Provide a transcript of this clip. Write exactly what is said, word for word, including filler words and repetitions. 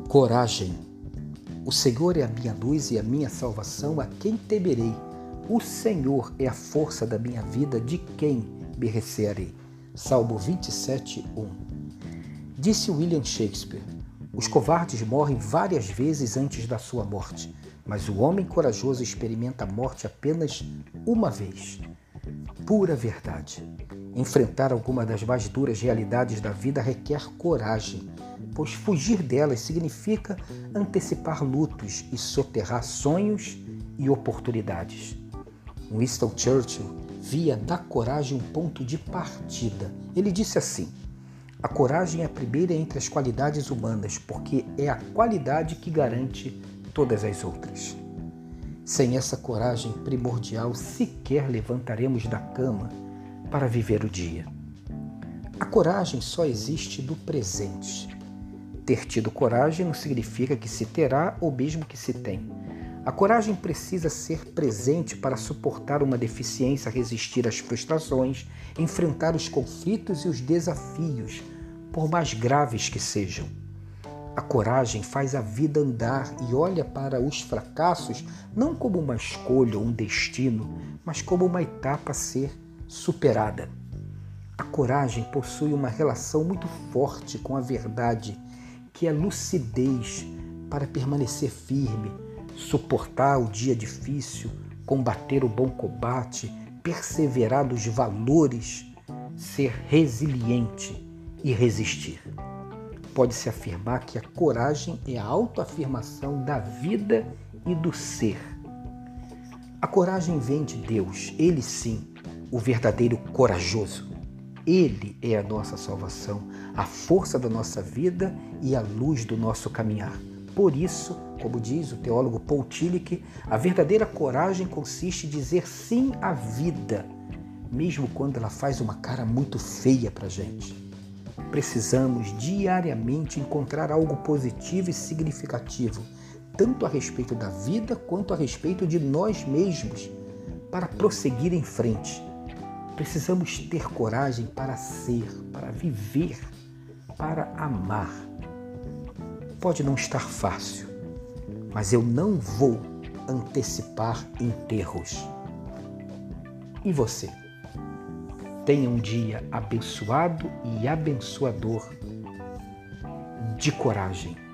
Coragem. O Senhor é a minha luz e a minha salvação, a quem temerei? O Senhor é a força da minha vida, de quem me recearei? Salmo vinte e sete, um. Disse William Shakespeare: os covardes morrem várias vezes antes da sua morte, mas o homem corajoso experimenta a morte apenas uma vez. Pura verdade. Enfrentar alguma das mais duras realidades da vida requer coragem, pois fugir delas significa antecipar lutos e soterrar sonhos e oportunidades. Winston Churchill via na coragem um ponto de partida. Ele disse assim: a coragem é a primeira entre as qualidades humanas, porque é a qualidade que garante todas as outras. Sem essa coragem primordial, sequer levantaremos da cama para viver o dia. A coragem só existe no presente. Ter tido coragem não significa que se terá ou mesmo que se tem. A coragem precisa ser presente para suportar uma deficiência, resistir às frustrações, enfrentar os conflitos e os desafios, por mais graves que sejam. A coragem faz a vida andar e olha para os fracassos não como uma escolha ou um destino, mas como uma etapa a ser superada. A coragem possui uma relação muito forte com a verdade, que é lucidez para permanecer firme, suportar o dia difícil, combater o bom combate, perseverar nos valores, ser resiliente e resistir. Pode-se afirmar que a coragem é a autoafirmação da vida e do ser. A coragem vem de Deus, Ele sim, o verdadeiro corajoso. Ele é a nossa salvação, a força da nossa vida e a luz do nosso caminhar. Por isso, como diz o teólogo Paul Tillich, a verdadeira coragem consiste em dizer sim à vida, mesmo quando ela faz uma cara muito feia para a gente. Precisamos diariamente encontrar algo positivo e significativo, tanto a respeito da vida quanto a respeito de nós mesmos, para prosseguir em frente. Precisamos ter coragem para ser, para viver, para amar. Pode não estar fácil, mas eu não vou antecipar enterros. E você? Tenha um dia abençoado e abençoador de coragem.